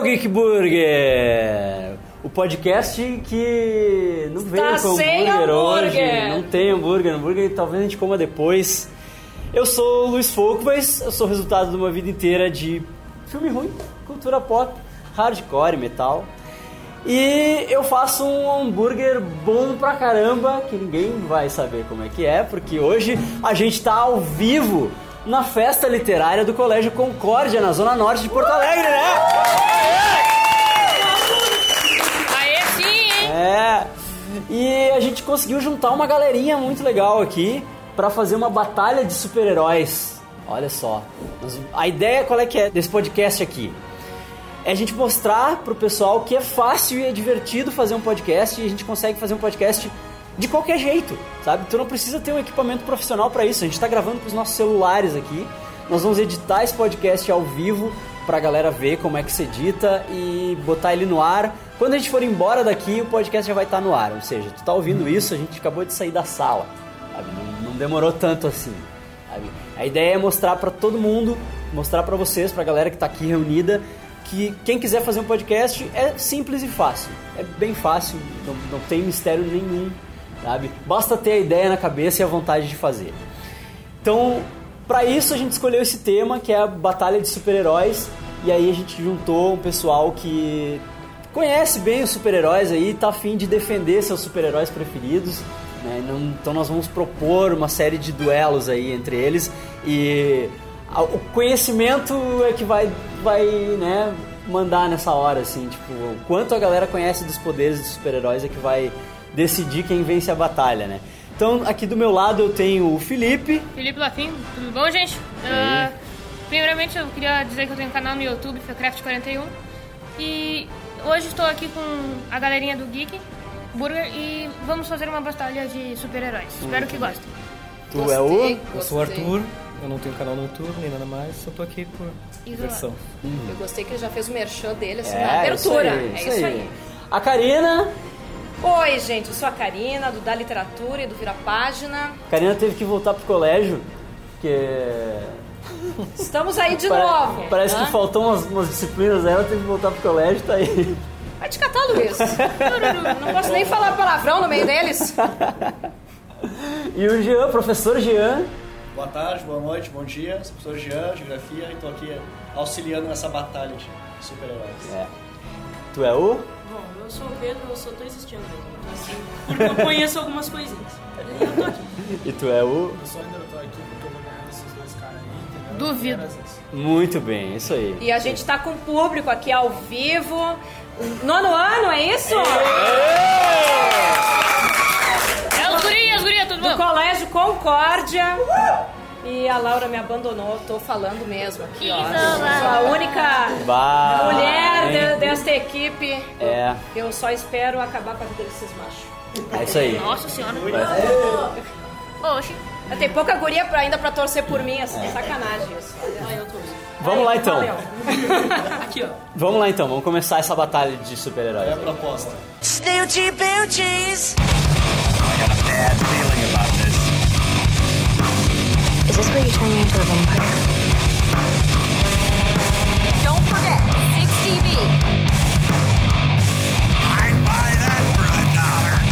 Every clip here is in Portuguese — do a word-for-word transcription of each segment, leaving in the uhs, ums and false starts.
Geek Burger, o podcast que não veio tá com hambúrguer, hambúrguer hoje, não tem hambúrguer, hambúrguer talvez a gente coma depois. Eu sou o Luiz Folkways, eu sou o resultado de uma vida inteira de filme ruim, cultura pop, hardcore, metal. E eu faço um hambúrguer bom pra caramba, que ninguém vai saber como é que é, porque hoje a gente tá ao vivo na festa literária do Colégio Concórdia, na Zona Norte de Porto Alegre, né? Aê, sim, hein? É, e a gente conseguiu juntar uma galerinha muito legal aqui pra fazer uma batalha de super-heróis. Olha só, a ideia qual é que é desse podcast aqui? É a gente mostrar pro pessoal que é fácil e é divertido fazer um podcast e a gente consegue fazer um podcast de qualquer jeito, sabe? Tu não precisa ter um equipamento profissional pra isso, a gente tá gravando com os nossos celulares aqui, nós vamos editar esse podcast ao vivo pra galera ver como é que se edita e botar ele no ar. Quando a gente for embora daqui, o podcast já vai estar no ar, ou seja, tu tá ouvindo isso, a gente acabou de sair da sala, sabe? Não, não demorou tanto assim, sabe? A ideia é mostrar pra todo mundo, mostrar pra vocês, pra galera que tá aqui reunida, que quem quiser fazer um podcast é simples e fácil, é bem fácil, não, não tem mistério nenhum, sabe? Basta ter a ideia na cabeça e a vontade de fazer. Então, pra isso a gente escolheu esse tema, que é a batalha de super-heróis, e aí a gente juntou um pessoal que conhece bem os super-heróis aí, tá a fim de defender seus super-heróis preferidos, né? Então nós vamos propor uma série de duelos aí entre eles, e o conhecimento é que vai, vai né, mandar nessa hora, assim, tipo, o quanto a galera conhece dos poderes dos super-heróis é que vai decidir quem vence a batalha, né? Então, aqui do meu lado eu tenho o Felipe. Felipe Lafim, tudo bom, gente? Uh, primeiramente eu queria dizer que eu tenho um canal no YouTube, Feocraft quarenta e um, e hoje estou aqui com a galerinha do Geek Burger e vamos fazer uma batalha de super-heróis. Hum. Espero que gostem. Tu gostei, é o? Gostei. Eu sou o Arthur, eu não tenho canal no YouTube nem nada mais, só tô aqui por diversão. Hum. Eu gostei que ele já fez o merchan dele, assim, É, na abertura. Isso aí, é isso isso aí. aí. A Karina. Oi, gente, eu sou a Karina, do Da Literatura e do Vira Página. A Karina teve que voltar pro colégio, porque... Estamos aí de Pare- novo. Parece né? que faltou umas, umas disciplinas aí, ela teve que voltar pro colégio, tá aí. Vai te catar, Luiz. Não posso nem falar palavrão no meio deles. E o Jean, professor Jean. Boa tarde, boa noite, bom dia. Sou o professor Jean, Geografia, e estou aqui auxiliando nessa batalha de super-heróis. É. Tu é o? Bom, eu sou o Pedro, eu só tô insistindo mesmo. Então, assim, porque eu conheço algumas coisinhas. E eu tô aqui. E tu é o? Eu só ainda tô aqui porque eu vou ganhar desses dois caras aí, entendeu? Duvido. Muito bem, isso aí. E a gente tá com o público aqui ao vivo. Nono ano, é isso? É os guri, as gurias, tudo Do bom? Colégio Concórdia. E a Laura me abandonou, tô falando mesmo aqui, ó. Sou a única Bah, mulher de- desta equipe. É. Eu só espero acabar com a vida desses machos. É isso aí. Nossa senhora. Oxi. Tem pouca guria pra, ainda pra torcer por mim, assim, é sacanagem isso. Ah, eu tô. Vamos lá então. Valeu. Aqui, ó. Vamos lá então, vamos começar essa batalha de super-heróis. É a aí. proposta. Snoochie Boochies! Is this where you turn me into a vampire? Don't forget, six T V. I'd buy that for a dollar.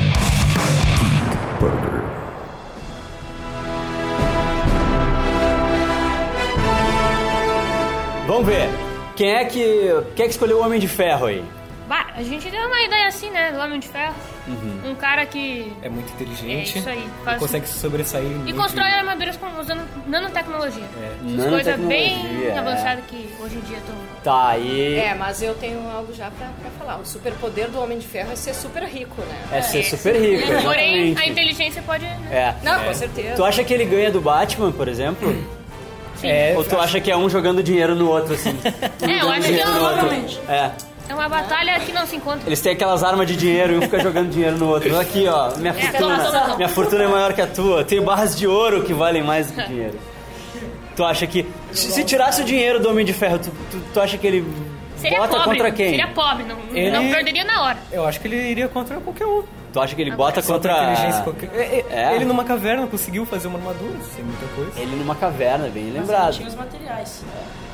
Vamos ver. Quem é que, quem é que escolheu o Homem de Ferro aí? Bah, a gente deu uma ideia assim, né, do Homem de Ferro. Um cara que... É muito inteligente, É isso aí, faz- consegue se sobressair E muito constrói bem. armaduras com, usando nanotecnologia. É. Essas coisas bem Nanotecnologia, é. avançadas que hoje em dia estão... Tá, e... É, mas eu tenho algo já pra, pra falar. O superpoder do Homem de Ferro é ser super rico, né? É ser super rico, Porém, exatamente. a inteligência pode... Né? É. Não, com certeza. Tu acha que ele ganha do Batman, por exemplo? É, Ou tu acha que é um jogando dinheiro no outro, assim? Um É, eu dando acho que dinheiro é no outro. provavelmente. É. É uma batalha que não se encontra. Eles têm aquelas armas de dinheiro e um fica jogando dinheiro no outro. Aqui, ó, minha É, fortuna, toma, toma, toma. minha fortuna é maior que a tua. Tenho barras de ouro que valem mais do que dinheiro. Tu acha que... Se, se tirasse o dinheiro do Homem de Ferro, tu, tu, tu acha que ele Seria bota pobre, contra quem? seria pobre, não, Ele- não perderia na hora. Eu acho que ele iria contra qualquer um. Tu acha que ele bota Só contra... pela inteligência, qualquer... é, é, É? Ele numa caverna conseguiu fazer uma armadura, sem muita coisa. Ele numa caverna, bem Mas lembrado. ele tinha os materiais.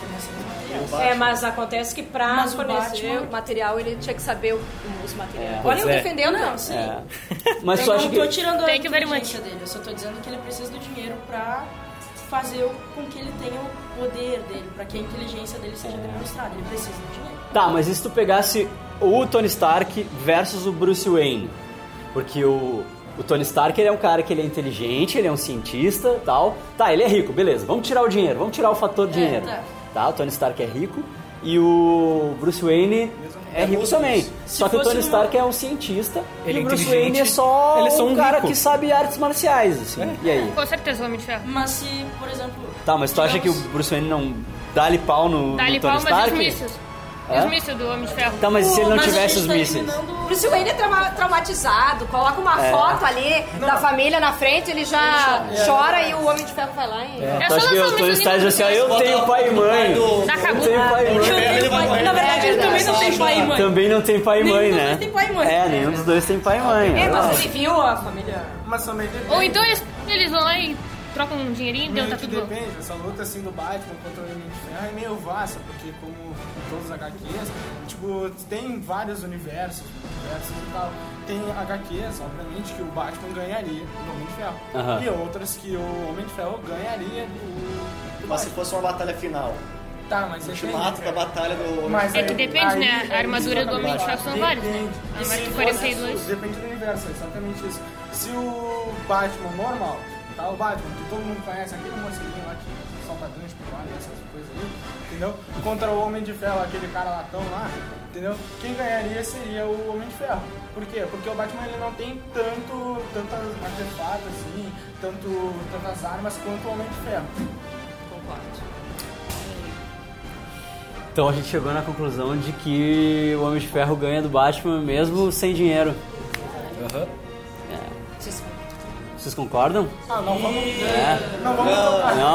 fornecendo os materiais. É, mas acontece que pra Mas o fornecer Batman- o material, ele tinha que saber o- os materiais. É. Olha eu Pois é. defendendo, Não, não. sim. É. Mas Eu tu acha não tô que... tirando a Thank you very inteligência dele, eu só tô dizendo que ele precisa do dinheiro pra fazer o- com que ele tenha o poder dele, pra que a inteligência dele seja demonstrada. Ele precisa do dinheiro. Tá, mas e se tu pegasse o Tony Stark versus o Bruce Wayne? Porque o, o Tony Stark, ele é um cara que ele é inteligente, ele é um cientista, tal. Tá, ele é rico, beleza. Vamos tirar o dinheiro, vamos tirar o fator dinheiro. tá. Tá, o Tony Stark é rico e o Bruce Wayne é rico também. Só que o fosse Tony uma- Stark é um cientista Ele e é o Bruce inteligente, Wayne é só ele é só um um cara rico. que sabe artes marciais, assim. E aí? Com certeza, o Homem de Ferro. Mas se, por exemplo... Tá, mas tu acha que o digamos- Bruce Wayne não dá-lhe pau no, Dá-lhe no Tony pau, mas e os Stark? mísseis? E É? os mísseis do Homem de Ferro? Tá, mas e se ele não Mas a tivesse gente os tá mísseis? eliminando- Bruce Wayne é trauma- traumatizado, coloca uma É. foto ali da família na frente, ele já chora e o Homem de Ferro vai lá e... É Tu só acha que lançar o um Tony míssil Stark diz assim, ah, eu Bota tenho a pai e foto do mãe. pai do- Dá Eu cabo. tenho pai e Eu mãe. tenho ele vai pai- morrer. Na verdade, ele também não tem pai e mãe. Também não tem pai e Nenhum mãe, dos né? dois tem pai e mãe. É, nenhum dos dois tem pai e mãe. É, né? mas ele viu a família... Mas também depende. Ou então eles, eles vão lá e trocam um dinheirinho e deu, Meio tá que tudo bom. depende, essa luta assim do Batman contra o Homem de Ferro é meio vasta, porque como em todos os H Qs, tipo, tem vários universos, universos e tal. Tem H Qs, obviamente, que o Batman ganharia do Homem de Ferro. Aham. E outras que o Homem de Ferro ganharia do, do Mas se Batman. fosse uma batalha final, Tá, mas o depende, ultimato da cara. batalha do... Mas É que aí- depende, aí- né? A aí armadura isso do Homem de vai Ferro são acabar. várias, né? Depende. A E mais se de quarenta e dois. fosse- Depende do universo, é exatamente isso. Se o Batman normal, tá? O Batman, que todo mundo conhece, aquele mocinho lá que solta gancho pro ar, essas coisas aí, entendeu? Contra o Homem de Ferro, aquele cara latão lá, entendeu? Quem ganharia seria o Homem de Ferro. Por quê? Porque o Batman ele não tem tanto, tantas artefatos assim, tanto, tantas armas quanto o Homem de Ferro. Então a gente chegou na conclusão de que o Homem de Ferro ganha do Batman mesmo sem dinheiro. Aham. Vocês concordam? Ah, não vamos, É. não vamos tocar. Não?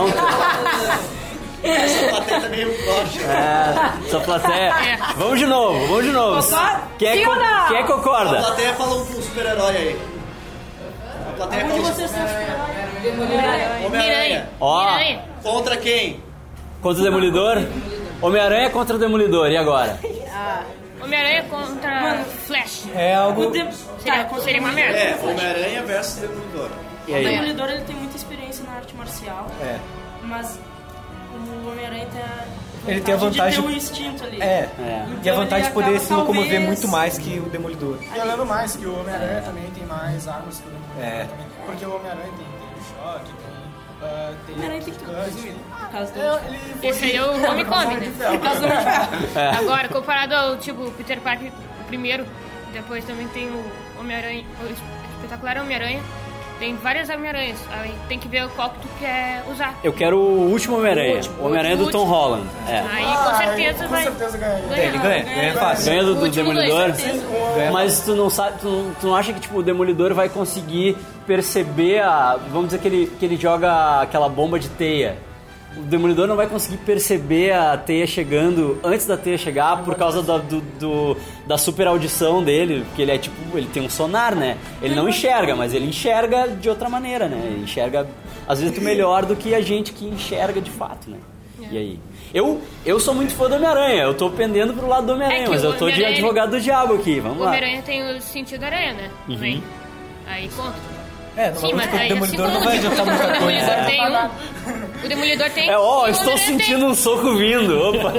Essa plateia tá meio forte. É, essa plateia. Vamos de novo, vamos de novo. Concorda? Quem é, Sim co- ou não? quem é que A concorda? plateia fala um super-herói aí. A plateia Onde fala vocês um estão Homem-Aranha. Miranha. Ó. Miranha. Contra quem? Contra o Demolidor? Homem-Aranha contra o Demolidor, e agora? Homem-Aranha contra Flash. É algo... O Dem- Seria, Tá, seria uma merda. É, Homem-Aranha versus Demolidor. E O aí? Demolidor ele tem muita experiência na arte marcial, É. mas o Homem-Aranha tem a Ele tem a vantagem- de ter um instinto ali. É. É. E a Então vantagem de ele poder acaba, se locomover talvez- muito mais que o Demolidor. E além do mais, que o Homem-Aranha também tem mais armas que o Demolidor É. também. Porque o Homem-Aranha tem, tem o choque, tem... Uh, tem O Homem-Aranha tem tudo, Cut, inclusive, tem- por causa do É, Homem de ele foi- Esse aí é o Homecoming, né? Por causa do Homem de Ferro. Agora, comparado ao tipo Peter Parker, o primeiro, depois também tem o Homem-Aranha, o espetacular Homem-Aranha. Tem várias Homem-Aranhas, aí tem que ver qual que tu quer usar. Eu quero o último Homem-Aranha. O último, O Homem-Aranha o do Tom último. Holland. É. Aí Ah, com aí certeza com vai certeza ganharia. ganhar. Ele ganha, ganha fácil. Ganha do, O do último dois, Demolidor. certeza. Mas tu não sabe, tu não, tu não acha que tipo, o Demolidor vai conseguir perceber a. Vamos dizer que ele, que ele joga aquela bomba de teia. O Demolidor não vai conseguir perceber a teia chegando antes da teia chegar por causa da, do, do- da super audição dele, porque ele é tipo, ele tem um sonar, né? Ele não enxerga, mas ele enxerga de outra maneira, né? Ele enxerga às vezes melhor do que a gente que enxerga de fato, né? E aí? Eu, eu sou muito fã do Homem-Aranha, eu tô pendendo pro lado do Homem-Aranha, É que mas o eu tô de Homem-Aranha, advogado do diabo aqui, vamos O lá. Homem-Aranha tem o sentido da aranha, né? Uhum. Também. Aí conta. É, numa Sim, luta mas contra o aí assim Demolidor como não vai adiantar o muita Demolidor coisa. tem um, o Demolidor tem... É, ó, e o estou Homem-Aranha sentindo um soco vindo, opa.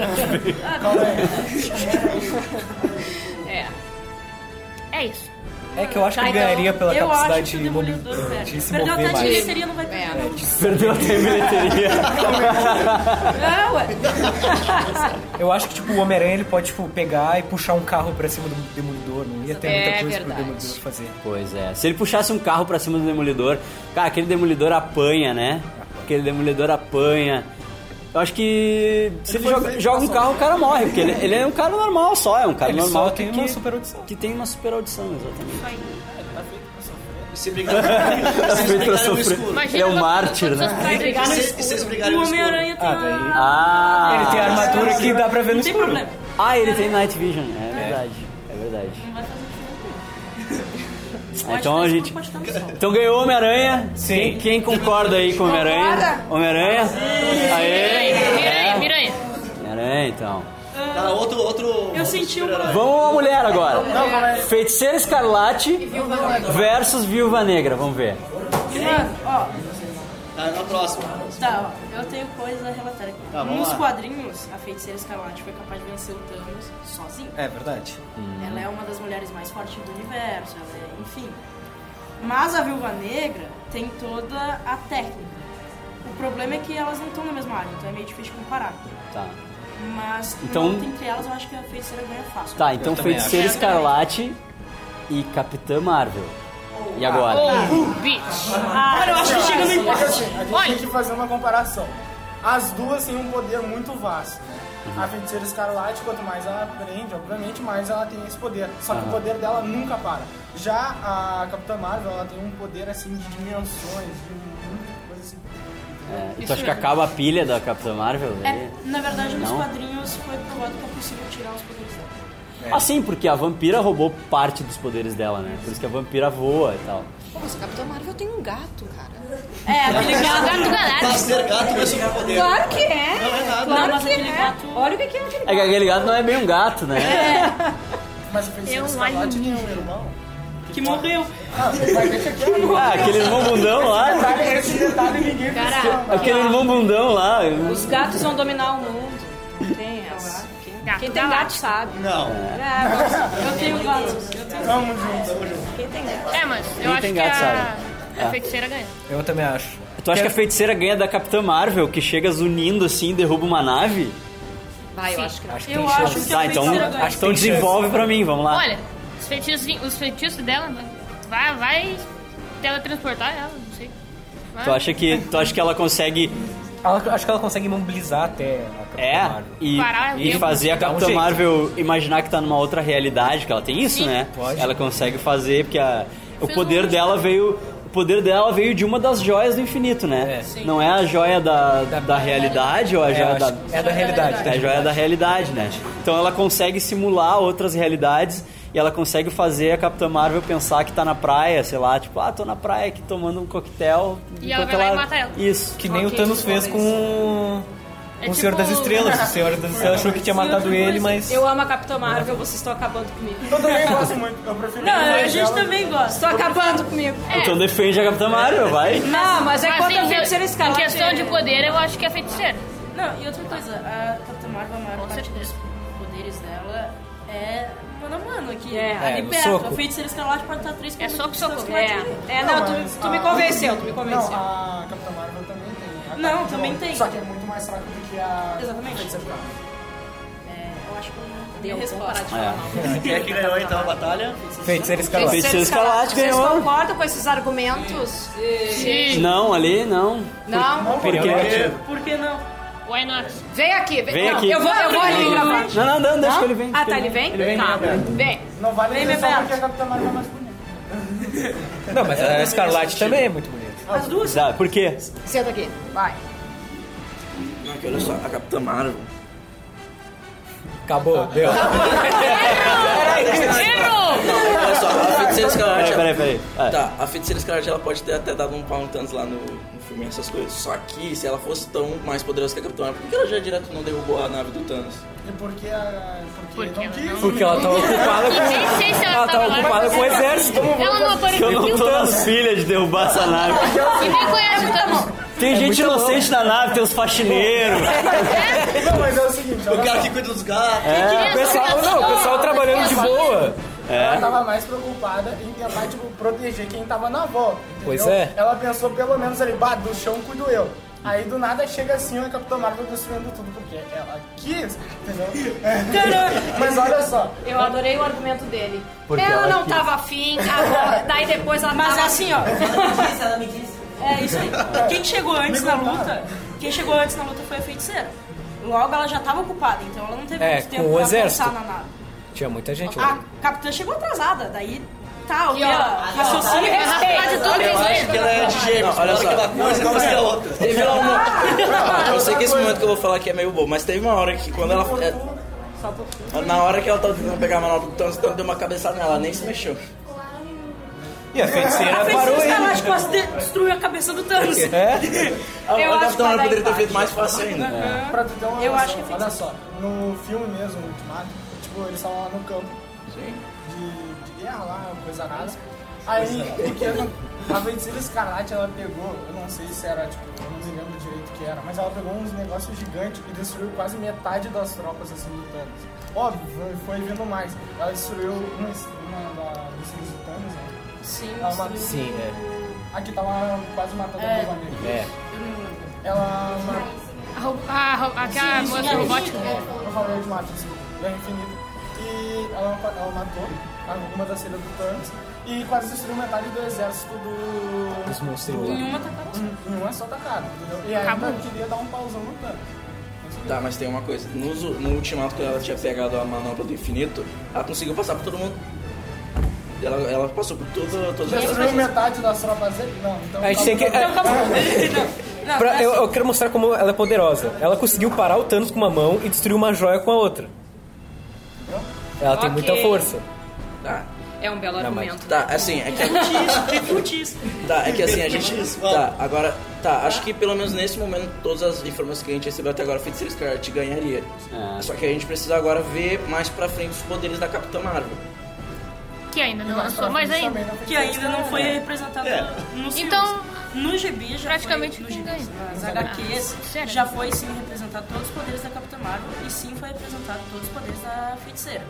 tem. É. É isso. É que eu acho que Tá, ele então, ganharia pela Eu acho capacidade que o de, movi- Demolidor perde. de se Perdeu mover até de mais. bilheteria, não vai perder. É. Perdeu até a bilheteria. Não, ué. Eu acho que tipo, o Homem-Aranha ele pode tipo, pegar e puxar um carro pra cima do Demolidor. Não ia ter É muita coisa verdade. pro Demolidor fazer. Pois é, se ele puxasse um carro pra cima do Demolidor, cara, aquele Demolidor apanha, né? Aquele Demolidor apanha. Eu acho que se ele joga, joga um carro, o cara morre, porque ele, ele é um cara normal só, é um cara Ele normal só que, tem uma que- super audição. que tem uma super audição, exatamente. Se brigarem Tá se feito pra brigarem no sofrer. escuro. Imagina Ele é um todos- mártir, todos né? os pais E brigaram no se- escuro. e vocês brigarem O no escuro? Homem-Aranha tem Ah, a... daí- Ah, Ele tem a armadura que dá pra ver no Não tem escuro. problema. ah, ele tem Night Vision, é verdade, é verdade. Não vai fazer diferença. Ah, então a gente... Pode estar no sol. Então ganhou o Homem-Aranha. Sim. Quem, quem concorda aí com o Homem-Aranha? Concorda? Homem-Aranha? Aê! Miranha, Miranha. É, então. Tá, outro, outro... Eu senti uma... Vamos uma mulher agora. Não, calma aí. Feiticeira Escarlate versus Viúva Negra, vamos ver. Mano, ó, Tá, na próxima. tá, ó, eu tenho coisa a relatar aqui. Tá, vamos Nos lá. quadrinhos, a Feiticeira Escarlate foi capaz de vencer o Thanos sozinha. É verdade. Ela é uma das mulheres mais fortes do universo, ela é, enfim. Mas a Viúva Negra tem toda a técnica. O problema é que elas não estão na mesma área, então é meio difícil de comparar. Tá. Mas Então- então, entre elas, eu acho que a Feiticeira ganha fácil. Tá, então também Feiticeira acho. Escarlate e Capitã Marvel. E agora? Oh, bitch. Ah, eu acho que chega no Porque empate. assim, a gente Olha. tem que fazer uma comparação. As duas têm um poder muito vasto, né? Uhum. A Feiticeira Escarlate, quanto mais ela aprende, obviamente, mais ela tem esse poder. Só que Aham. o poder dela nunca para. Já a Capitã Marvel, ela tem um poder assim de dimensões, de muita coisa assim. É, e tu acha que acaba a pilha da Capitã Marvel? É, na verdade, nos Não? quadrinhos foi provado que é possível tirar os poderes dela. Ah, sim, porque a vampira roubou parte dos poderes dela, né? Por isso que a vampira voa e tal. Pô, mas a Capitã Marvel tem um gato, cara. É, aquele É o gato. gato galáctico. Fazer gato não é superpoder. Claro que é. Não é nada. Claro Mas que aquele é. gato- Olha o que que é aquele É que gato. aquele gato não é bem um gato, né? Mas a Feiticeira Eu Escarlate acho- tem um irmão. Que morreu. Ah, mas deixa aqui agora. Ah, aquele irmão bundão lá. Esse detalhe ninguém Cara, Aquele irmão bundão lá. os gatos vão dominar o mundo. Não tem essa. Quem, Gato quem tem gato galáctico. sabe. Não. É, Eu tenho gato. Eu tenho Tamo junto. quem tem gato. É, mas eu Quem acho tem que gato a, sabe. a É. feiticeira ganha. Eu também acho. Tu acha que a feiticeira ganha da Capitã Marvel, que chega zunindo assim e derruba uma nave? Vai, eu Sim. acho que não. Acho que Eu tem acho chance. que a Tá, então, feiticeira ganha. então desenvolve pra mim, vamos lá. Olha, os feitiços, os feitiços dela, vai, vai teletransportar ela, não sei. Vai. Tu acha que, tu acha que ela consegue Ela- acho que ela consegue imobilizar até a Capitã é, Marvel. e, Parar o e tempo. fazer a Dá um Capitã jeito. Marvel imaginar que tá numa outra realidade, que ela tem isso, Sim. né? Pode. Ela consegue fazer, porque a- o Fez poder um- dela veio. O poder dela veio de uma das joias do infinito, né? É. Sim. Não é a joia da, da, realidade ou a É, joia acho- da. é da realidade. É a joia da realidade, né? Então ela consegue simular outras realidades e ela consegue fazer a Capitã Marvel pensar que tá na praia, sei lá, tipo, ah, tô na praia aqui tomando um coquetel. E ela enquanto vai lá e mata ela. Isso. Que nem Ok, o Thanos fez com o, É com o Senhor tipo- das Estrelas. O Senhor das Estrelas achou que tinha matado ele, mas... Eu amo a Capitã Marvel, vocês estão acabando comigo. Eu também gosto muito. Eu prefiro Não, a mais gente ela. também gosta. Estão acabando comigo. Então defende a Capitã Marvel, vai. Não, mas é Mas quando a em, Feiticeira em Escarlate... questão de poder, eu acho que é feiticeira. Não, e outra coisa, a Capitã Marvel, a maior Com parte certeza. dos poderes dela é mano a mano aqui. É, ali é, no perto. soco. A Feiticeira Escarlate pode estar três É soco, soco. É, é não, tu, mas tu me a- convenceu, tu me Não, convenceu. a Capitã Marvel também tem. A Não, Capitã também Marvel. tem. Só que é muito mais fraca do que a... Exatamente. Feiticeira Escarlate. É, eu acho que eu não Deu, tenho vamos parar resposta. de É. falar mal. Quem é que ganhou então a batalha? Feiticeira Escarlate. Feiticeira Escarlate Vocês ganhou. concordam com esses argumentos? Sim. Não, ali não. Não? Por quê? Por que não? Why not? Vem aqui, vem. Vem não, aqui. Eu vou, eu vou ali gravar. Não, não, não, deixa Não? que ele vem. Ah, deixa tá, que ele vem? Ele vem. Tá, vem. Não vale Vem, dizer só Bebeto. porque a Capitã Marvel é mais bonita. Não, mas a Escarlate também é muito bonita. As duas? Tá, por quê? Senta aqui, vai. Não, que olha só, a Capitã Marvel. Acabou, deu. Errou! Olha só, a Feiticeira Escarlate. Peraí, peraí, peraí. Ah. Tá, a Feiticeira Escarlate ela pode ter até dado um pau no Thanos lá no, no filme, essas coisas. Só que se ela fosse tão mais poderosa que a Capitã Marvel, por que ela já direto não derrubou a nave do Thanos? E porque a... Porque, Porque não ela quis. Porque ela tava ocupada com... Nem sei se ela, Ela tava tava lá. ocupada com o exército. Ela não apareceu. Eu não tô nas pilhas de derrubar essa nave. Ninguém conhece o Thanos. Tem gente inocente na nave, tem os faxineiros. Não, mas é o seguinte, O ela, cara que cuida dos gatos. É, O pessoal, não, o pessoal trabalhando de boa. ela tava mais preocupada em tentar, tipo, proteger quem tava na volta. entendeu? Pois é. Ela pensou pelo menos ali, bah, do chão cuido eu. Aí do nada chega assim a Capitã Marvel destruindo tudo, porque ela quis, entendeu? Mas olha só, Eu adorei o argumento dele. Porque ela, ela não quis. tava afim, agora, daí depois ela Mas tava... assim, ó. Ela me disse. É isso aí. Quem chegou antes na luta, quem chegou antes na luta foi a feiticeira. Logo ela já tava ocupada, então ela não teve É, muito com tempo o pra exército. pensar na nave. Tinha muita gente A lá. capitã chegou atrasada, daí tá, o Aqui, ó, raciocínio olha o respeito. Quase tudo Eu acho que ela é de gêmeos. Não, olha Fala só. aquela coisa, como que é a outra. Teve lá uma. Eu sei que esse momento que eu vou falar aqui é meio bobo, mas teve uma hora que quando ela. é, Na hora que ela tava tentando pegar a manobra do Thanos, o Thanos deu uma cabeçada nela, ela nem se mexeu. E a feiticeira A parou feiticeira ele. Escarlate quase de- destruiu a cabeça do Thanos. É? A, Eu a acho Capitã que vai Marvel dar poderia ter empate. feito mais fácil ainda. É. Pra tu ter uma Eu noção, acho que é olha feiticeiro. só, no filme mesmo, no Ultimato, tipo, eles estavam lá no campo Sim. de, de guerra lá, coisa nada. Aí, porque a feiticeira Escarlate, ela pegou, eu não sei se era, tipo, eu não me lembro direito o que era, mas ela pegou uns negócios gigantes e destruiu quase metade das tropas, assim, do Thanos. Óbvio, foi, foi vindo mais. Ela destruiu uma, uma da, dos filhos do Thanos, né? Sim, Ela matou- Sim, é. Aqui tava quase matando a É. Viúva Negra. É. eu não lembro. Ela matou. A, ro- a, ro- aquela Sim, moça sim, robótica. Eu falei de Ultimato, assim, Guerra Infinita. E ela, ela matou uma das filhas do Thanos e quase destruiu metade do exército do... Os monstros. Em uma tacada só. Em uma só tacada, entendeu? E ainda Acabou. queria dar um pauzão no Thanos. Conseguiu. Tá, mas tem uma coisa. No, no Ultimato, quando ela tinha pegado a manopla do infinito, ela conseguiu passar por todo mundo. Ela, ela passou por todo, todas Já as destruiu metade das tropas dele? Não, então... A gente tem que... Então acabou. Não, Pra- mas- eu, eu quero mostrar como ela é poderosa. Ela conseguiu parar o Thanos com uma mão e destruir uma joia com a outra. Ela tem Ok. muita força. Tá, É um belo Não, mas- argumento. tá, assim, é que Tá, é que assim, a gente. Tá, agora. Tá, acho que pelo menos nesse momento, todas as informações que a gente recebeu até agora, a Feiticeira Escarlate ganharia. É. Só que a gente precisa agora ver mais pra frente os poderes da Capitã Marvel. Que ainda não Mais lançou, pra mas frente ainda. também, não Que ainda não foi representado nos Então, filmes. No gibi já praticamente foi, no quem gibi, ganha. nas H Qs Ah, sério? já foi sim representado todos os poderes da Capitã Marvel e sim foi representado todos os poderes da Feiticeira.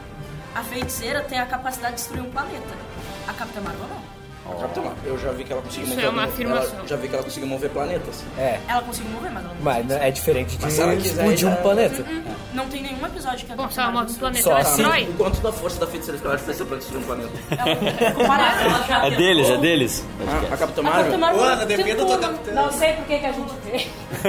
A Feiticeira tem a capacidade de destruir um planeta. A Capitã Marvel não. A Capitã Marvel, eu já vi que ela conseguiu Isso mover. é uma ela- afirmação. já vi que ela conseguiu mover planetas. É. Ela conseguiu mover, mas ela não Mas conseguiu. né, é diferente de Mas se ela quiser, explodir um já- planeta. Não tem nenhum episódio que a bom, Capitã se ela Marvel move um destrui. planeta, Só ela assim. destrói. O quanto da força da Feiticeira Escarlate vai ser pra destruir um planeta? Ela comparada, ela já É deles, é deles. Ah, a Capitã A Marvel? Capitã Marvel Ana, depende da tua tentou, capitã. Não sei por que que a gente vê.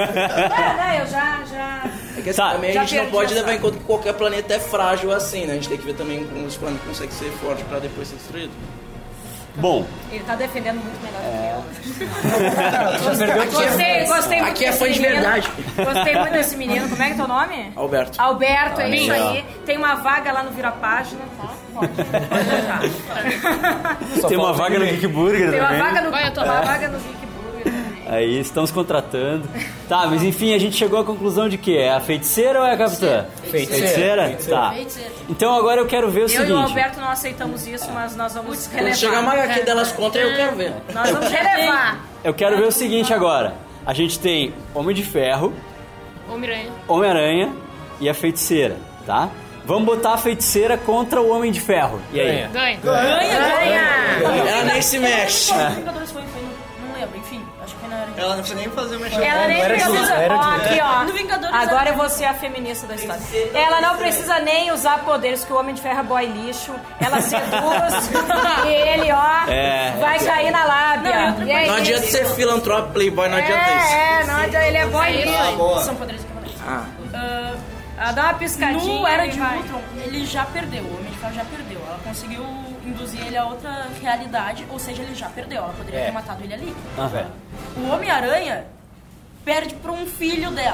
É, né, eu já, já... É que assim, Tá. também a Já gente não perdi pode essa. levar em conta que qualquer planeta é frágil assim, né? A gente tem que ver também como os planetas conseguem ser fortes pra depois ser destruído. Bom, Ele tá defendendo muito melhor do que eu. Já perdeu tudo. Gostei, gostei muito Aqui é desse fã de menino. verdade. Gostei muito desse menino. Como é que é teu nome? Alberto. Alberto, é Aí, isso ó. aí. Tem uma vaga lá no Vira Página, tá? Pode, pode entrar. Só tem uma falta vaga no ele. Geek Burger Tem uma também. vaga no, Vai, eu tô uma lá. vaga no Geek Burger também. Aí estamos contratando. Tá, mas enfim, a gente chegou à conclusão de que é a feiticeira ou é a capitã? Feiticeira. Feiticeira? Tá. Feiticeira. Então agora eu quero ver o Eu e o seguinte. Alberto não aceitamos isso, mas nós vamos Quando chegar relevar. uma H Q delas contra, eu quero ver. Nós vamos relevar. Eu quero ver o seguinte agora. A gente tem Homem de Ferro, Homem-Aranha. Homem-Aranha e a feiticeira, tá? Vamos botar a feiticeira contra o Homem de Ferro. E aí? Ganha. Ganha. Ganha! Ela nem se mexe. Os Vingadores foi, foi, não lembro, enfim, acho que foi na era de... Ela não precisa nem fazer uma Ela nem era de precisa. luta, era de Ó, luta. aqui, ó. No Vingadores Agora era- eu vou ser a feminista da história. Ela não precisa nem usar poderes, que o Homem de Ferro é boy lixo. Ela seduz e ele, ó, É. vai cair na lábia. Não, E é Não adianta isso. ser filantropo, playboy, não adianta isso. É, é, não adianta. Ele é boy Ah, lixo. boa. São poderes equivalentes. Ah, Ah, Ela dá uma piscadinha. no Era e de vai. Ultron, ele já perdeu, o Homem de Ferro já perdeu. Ela conseguiu induzir ele a outra realidade, ou seja, ele já perdeu. Ela poderia É. ter matado ele ali. Aham. O Homem-Aranha perde pra um filho dela.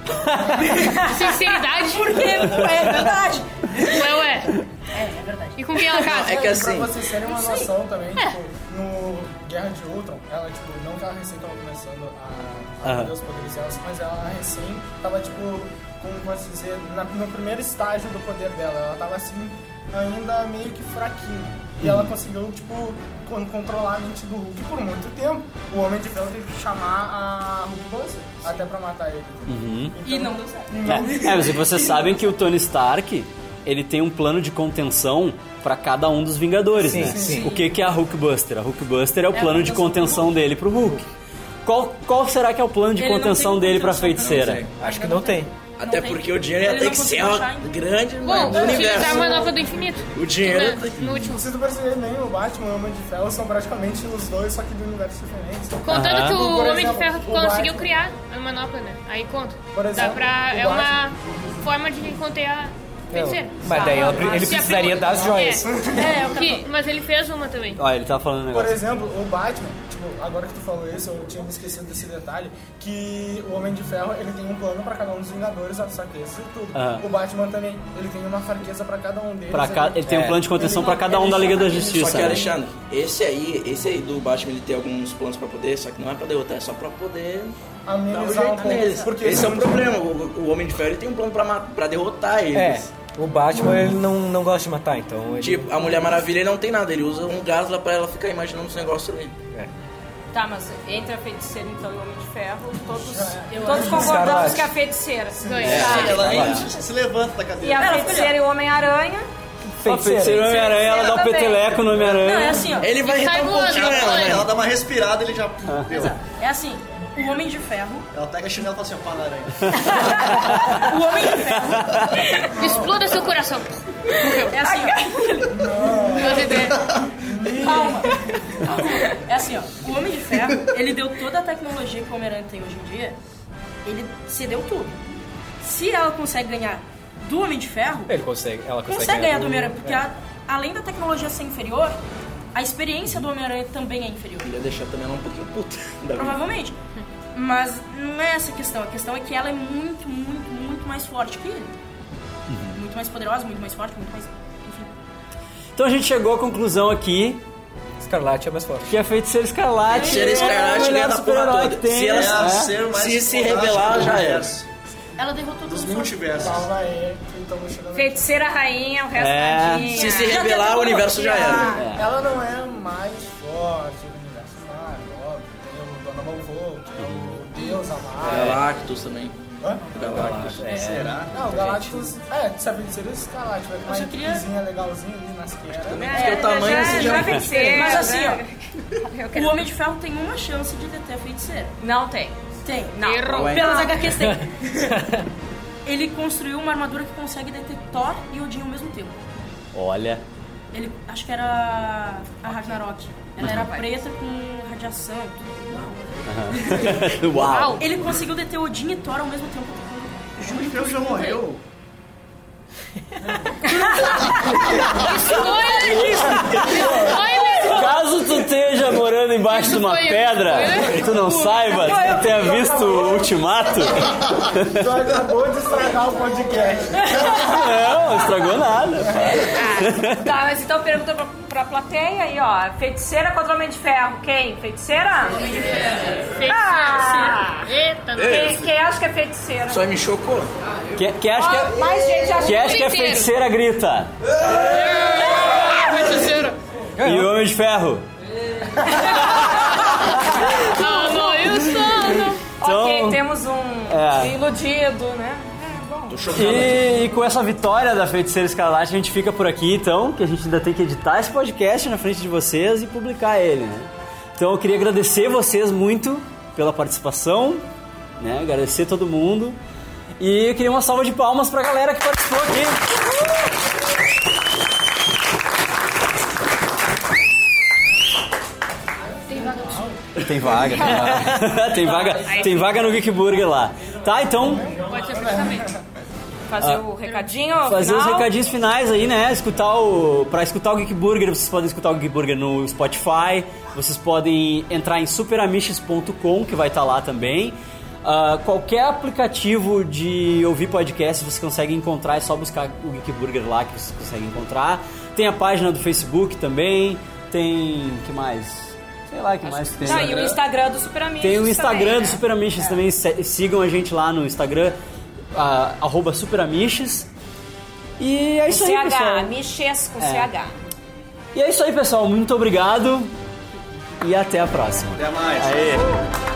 Sinceridade. Porque é verdade. Ué, ué. É, é verdade. E com quem ela casa? é que assim. Pra vocês terem uma noção também, tipo, no Guerra de Ultron, ela, tipo, não que ela recém tava começando a, a Aham. perder os poderes dela, mas ela recém tava, tipo, como posso dizer, na- no primeiro estágio do poder dela. Ela tava, assim, ainda meio que fraquinha. E ela conseguiu, tipo, con- controlar a mente do Hulk por muito tempo. O Homem de Ferro teve que chamar a Hulk Buster até pra matar ele. Uhum. E não deu certo. É, é, mas vocês sabem que o Tony Stark, ele tem um plano de contenção pra cada um dos Vingadores, Sim, né? sim, sim. O que, que é a Hulkbuster? A Hulkbuster é o plano de contenção dele pro Hulk. Qual, qual será que é o plano de Ele não contenção tem dele pra contenção, feiticeira? Acho que não tem. Até tem. porque o dinheiro ia Ele ter não que conseguiu ser uma achar ainda. grande Bom, do utilizar a universo. manopla do infinito. O dinheiro. No, no último. Se tu perceber, nem o Batman e o Homem de Ferro são praticamente os dois, só que de universos diferentes. Contando Aham. que o Por Homem de exemplo, Ferro o conseguiu Batman. criar a manopla, né? Aí conta. Por Dá exemplo, pra, o é uma Batman. forma de conter a... feiticeira. Mas daí ela- ele Se precisaria aprimora- das joias. É, que- mas ele fez uma também. Olha, ele tá falando um Por negócio. exemplo, o Batman, tipo, agora que tu falou isso, eu tinha me esquecido desse detalhe, que o Homem de Ferro, ele tem um plano pra cada um dos Vingadores, só que esse é tudo. Aham. O Batman também, ele tem uma fraqueza pra cada um deles. Pra ca... Ele tem um É. plano de contenção pra cada um da Liga da Justiça. Só que, né? Alexandre, esse aí, esse aí do Batman, ele tem alguns planos pra poder, só que não é pra derrotar, é só pra poder dar um amenizar um jeito pouco. neles. Porque Esse é o senão- problema, o, o Homem de Ferro ele tem um plano pra, ma- pra derrotar É, eles. o Batman ele não, não gosta de matar, então ele... Tipo, a Mulher Maravilha ele não tem nada, ele usa um gás lá pra ela ficar imaginando os negócios ali. Tá, mas entre a feiticeira então e o Homem de Ferro, todos, Eu todos acho concordamos Escarlate. que a feiticeira. Ganha. É. Ela nem se levanta da E cadeira. a feiticeira e o Homem-Aranha. A feiticeira Homem-Aranha, ela dá o também. peteleco no Não, é Homem-Aranha. assim, ó. Ele vai Sai irritar um voando, pouquinho vai ela, voando. né? Ela dá uma respirada e ele já... Deu. É assim, o Homem de Ferro, Ela pega a chinela e fala assim, ó, pá na aranha. o Homem de Ferro, Exploda seu coração. é assim, ó. Boas ideias. Calma. É assim, ó. O Homem de Ferro, ele deu toda a tecnologia que o Homem-Aranha tem hoje em dia, ele cedeu tudo. Se ela consegue ganhar do Homem de Ferro, Ele consegue, ela consegue, consegue ganhar do do- Homem-Aranha, porque é. a- além da tecnologia ser inferior, a experiência do Homem-Aranha também é inferior. Ele ia deixar também ela um pouquinho puta. da vida. Provavelmente. Mas não é essa a questão. A questão é que ela é muito, muito, muito mais forte que ele. Muito mais poderosa, muito mais forte, muito mais... Enfim. Então a gente chegou à conclusão aqui Escarlate é mais forte. que a Feiticeira Escarlate Feiticeira Escarlate é o ganha melhor da super-herói porra que toda. tem. Se ela- É a né? ser mais Se se fantástica rebelar, do já era. universo. Ela derrotou Dos todos os multiversos. Salva aí, então vou chegar Feiticeira rainha, o resto É. tadinha. Se se rebelar, o universo já era. Ah, ela não é a mais forte do universo Marvel, óbvio. Tem o Dona Malvô, que é o Deus amado. Galactus também. Hã? Galactus. Será? Não, o Galactus, é, tu sabe dizer isso, Escarlate, vai ter uma só queria- equipezinha legalzinha ali nas queiras. Porque o tamanho já, você já já... feiticeira, Mas assim, né? Eu O quero- Homem de Ferro tem uma chance de deter a feiticeira. Não tem. Tem. Não. Errou. Ué. Pelas H Qs tem. Ele construiu uma armadura que consegue deter Thor e Odin ao mesmo tempo. Olha. Ele, acho que era a Ragnarok. Ela era preta com radiação e tudo. Uau. Ele conseguiu deter Odin e Thor ao mesmo tempo. O Deus já morreu. Caso tu esteja morando embaixo de uma foi- pedra foi- e tu não saiba, tu tenha visto o Ultimato, Tu acabou de estragar o podcast. não, não estragou nada. Tá, mas então pergunta pra, pra plateia aí, ó. Feiticeira contra Homem de Ferro. Quem? Feiticeira? Ah! Eita, não. Quem, quem acha que é feiticeira? Só me chocou. Quem, quem acha que Ó, é, mais gente acha quem acha que é inteiro. feiticeira grita. Feiticeira. E o Homem de Ferro? Ah, não, eu sou, não. Então, Ok, temos um é. iludido, né? Tô chocado. E, e com essa vitória da Feiticeira Escarlate, a gente fica por aqui, então, que a gente ainda tem que editar esse podcast na frente de vocês e publicar ele, né? Então eu queria agradecer vocês muito pela participação, né? Agradecer todo mundo. E eu queria uma salva de palmas pra galera que participou aqui. Tem vaga, tem vaga. tem vaga, tem vaga no Geek Burger lá. Tá, então, Pode ser praticamente. Fazer o recadinho fazer os final. recadinhos finais aí, né? Escutar o, pra escutar o Geek Burger, vocês podem escutar o Geek Burger no Spotify. Vocês podem entrar em superamiches ponto com, que vai estar lá também. Ah, qualquer aplicativo de ouvir podcast vocês conseguem encontrar, é só buscar o Geek Burger lá que vocês conseguem encontrar. Tem a página do Facebook também. Tem... que mais? Sei lá, que mais que tem. Tá, e o Instagram do Super Amiches Tem o Instagram também, do né? Super Amiches também. Se- Sigam a gente lá no Instagram, ah, arroba Super Amiches. E é isso Com aí, C H, pessoal. Miches com É. C H. E é isso aí, pessoal. Muito obrigado. E até a próxima. Até mais. Aê.